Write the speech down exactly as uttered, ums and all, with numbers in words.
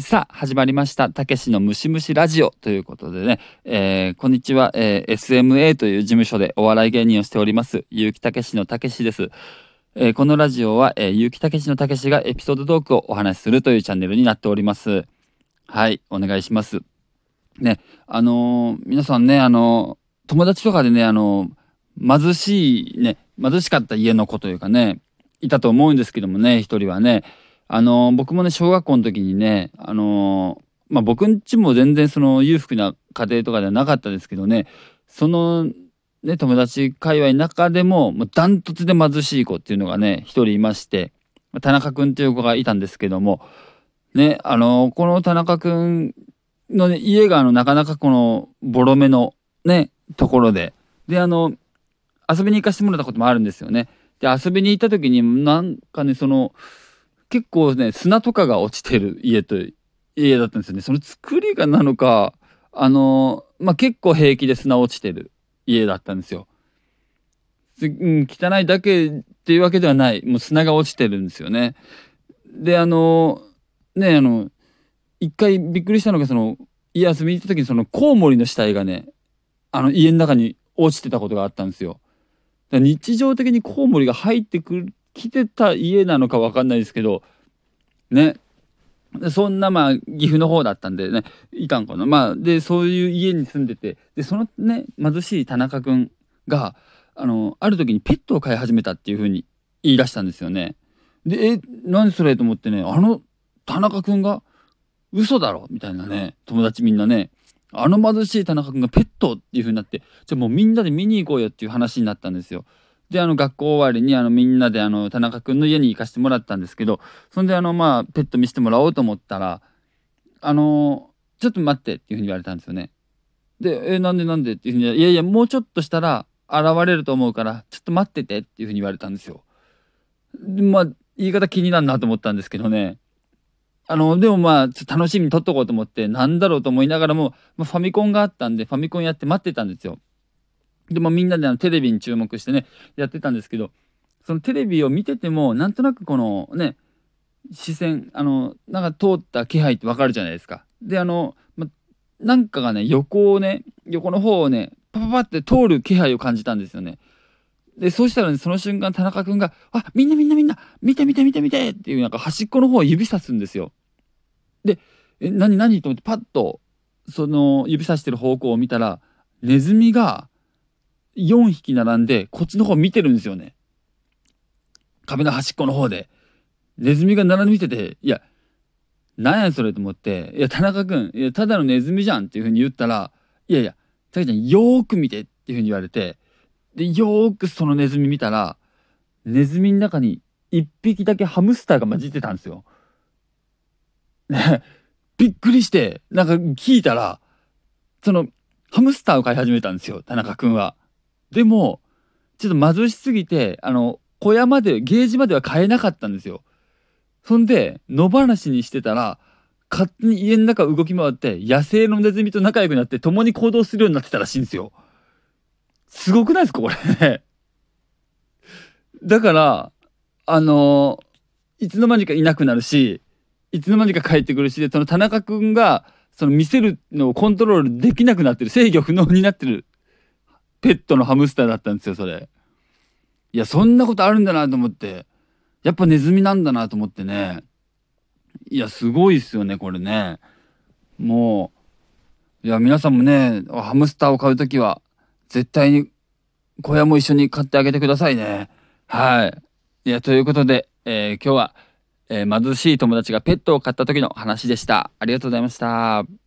さあ始まりましたたけしのムシムシラジオということでね、えー、こんにちは、えー、エスエムエー という事務所でお笑い芸人をしております結城たけしのたけしです。えー、このラジオは、えー、結城たけしのたけしがエピソードトークをお話しするというチャンネルになっております。はい、お願いしますね。あのー、皆さんね、あのー、友達とかでね、あのー、貧しいね貧しかった家の子というかねいたと思うんですけどもね、一人はね、あのー僕もね小学校の時にね、あのーまあ僕んちも全然その裕福な家庭とかではなかったですけどね、そのね友達界隈の中でももうダントツで貧しい子っていうのがね一人いまして、田中君っていう子がいたんですけどもね、あのーこの田中君の、ね、家があのなかなかこのボロめのねところでであの遊びに行かせてもらったこともあるんですよね。で遊びに行った時になんかねその結構ね砂とかが落ちてる家と家だったんですよね。その作りがなのかあのまあ結構平気で砂落ちてる家だったんですよ。うん、汚いだけっていうわけではない、もう砂が落ちてるんですよね。であのねあの一回びっくりしたのがその家遊びに行った時にそのコウモリの死体がねあの家の中に落ちてたことがあったんですよ。だから日常的にコウモリが入ってくる来てた家なのか分かんないですけどね、そんなまあ岐阜の方だったんでねいたんかな。まあでそういう家に住んでて、でそのね貧しい田中君があのある時にペットを飼い始めたっていう風に言い出したんですよね。でえ何それと思ってね、あの田中君が嘘だろみたいなね、友達みんなね、あの貧しい田中君がペットっていう風になって、じゃあもうみんなで見に行こうよっていう話になったんですよ。であの学校終わりにあのみんなであの田中君の家に行かせてもらったんですけど、そんであのまあペット見せてもらおうと思ったら、あのちょっと待ってっていう風に言われたんですよね。でえなんでなんでっていう風に、いやいやもうちょっとしたら現れると思うからちょっと待っててっていう風に言われたんですよ。でまあ言い方気になるなと思ったんですけどね、あのでもまあちょっと楽しみに撮っとこうと思ってなんだろうと思いながらも、まあ、ファミコンがあったんでファミコンやって待ってたんですよ。でもみんなであのテレビに注目してねやってたんですけど、そのテレビを見ててもなんとなくこのね視線あのなんか通った気配ってわかるじゃないですか。であの、ま、なんかがね横をね横の方をねパパパって通る気配を感じたんですよね。でそうしたらねその瞬間田中君が「あみんなみんなみんな見て見て見て見て」っていうなんか端っこの方を指さすんですよ。で「え何何?」と思ってパッとその指さしてる方向を見たらネズミがよんひき並んでこっちの方見てるんですよね。壁の端っこの方でネズミが並んで見てて、いやなんやそれと思って「いや田中君いやただのネズミじゃん」っていう風に言ったら「いやいやたけちゃんよーく見て」っていう風に言われて、でよーくそのネズミ見たらネズミの中にいっぴきだけハムスターが混じってたんですよ。ね、びっくりしてなんか聞いたらそのハムスターを飼い始めたんですよ田中君は。でもちょっと貧しすぎてあの小屋までゲージまでは買えなかったんですよ。そんで野放しにしてたら勝手に家の中動き回って野生のネズミと仲良くなって共に行動するようになってたらしいんですよ。すごくないですかこれだからあのいつの間にかいなくなるしいつの間にか帰ってくるし、でその田中君がその見せるのをコントロールできなくなってる、制御不能になってるペットのハムスターだったんですよそれ。いやそんなことあるんだなと思って、やっぱネズミなんだなと思ってね、いやすごいっすよねこれね。もういや皆さんもねハムスターを飼うときは絶対に小屋も一緒に飼ってあげてくださいね。はい。いやということで、えー今日は、えー貧しい友達がペットを飼った時の話でした。ありがとうございました。